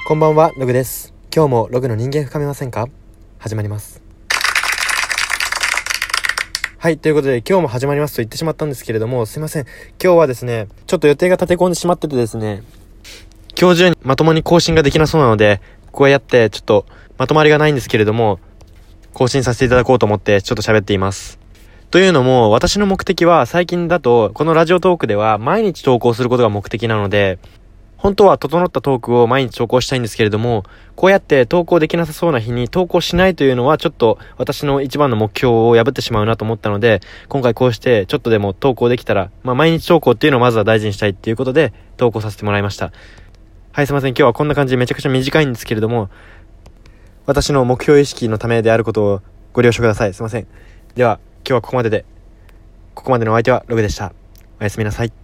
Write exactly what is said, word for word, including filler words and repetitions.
こんばんは、ログです。今日もログの人間深めませんか？始まります。はい、ということで今日も始まりますと言ってしまったんですけれども、すいません。今日はですね、ちょっと予定が立て込んでしまっててですね、今日中にまともに更新ができなそうなので、こうやってちょっとまとまりがないんですけれども、更新させていただこうと思ってちょっと喋っています。というのも、私の目的は最近だと、このラジオトークでは毎日投稿することが目的なので、本当は整ったトークを毎日投稿したいんですけれども、こうやって投稿できなさそうな日に投稿しないというのはちょっと私の一番の目標を破ってしまうなと思ったので、今回こうしてちょっとでも投稿できたら、まあ毎日投稿っていうのをまずは大事にしたいっていうことで投稿させてもらいました。はい、すいません。今日はこんな感じでめちゃくちゃ短いんですけれども、私の目標意識のためであることをご了承ください。すいません。では、今日はここまでで、ここまでのお相手はログでした。おやすみなさい。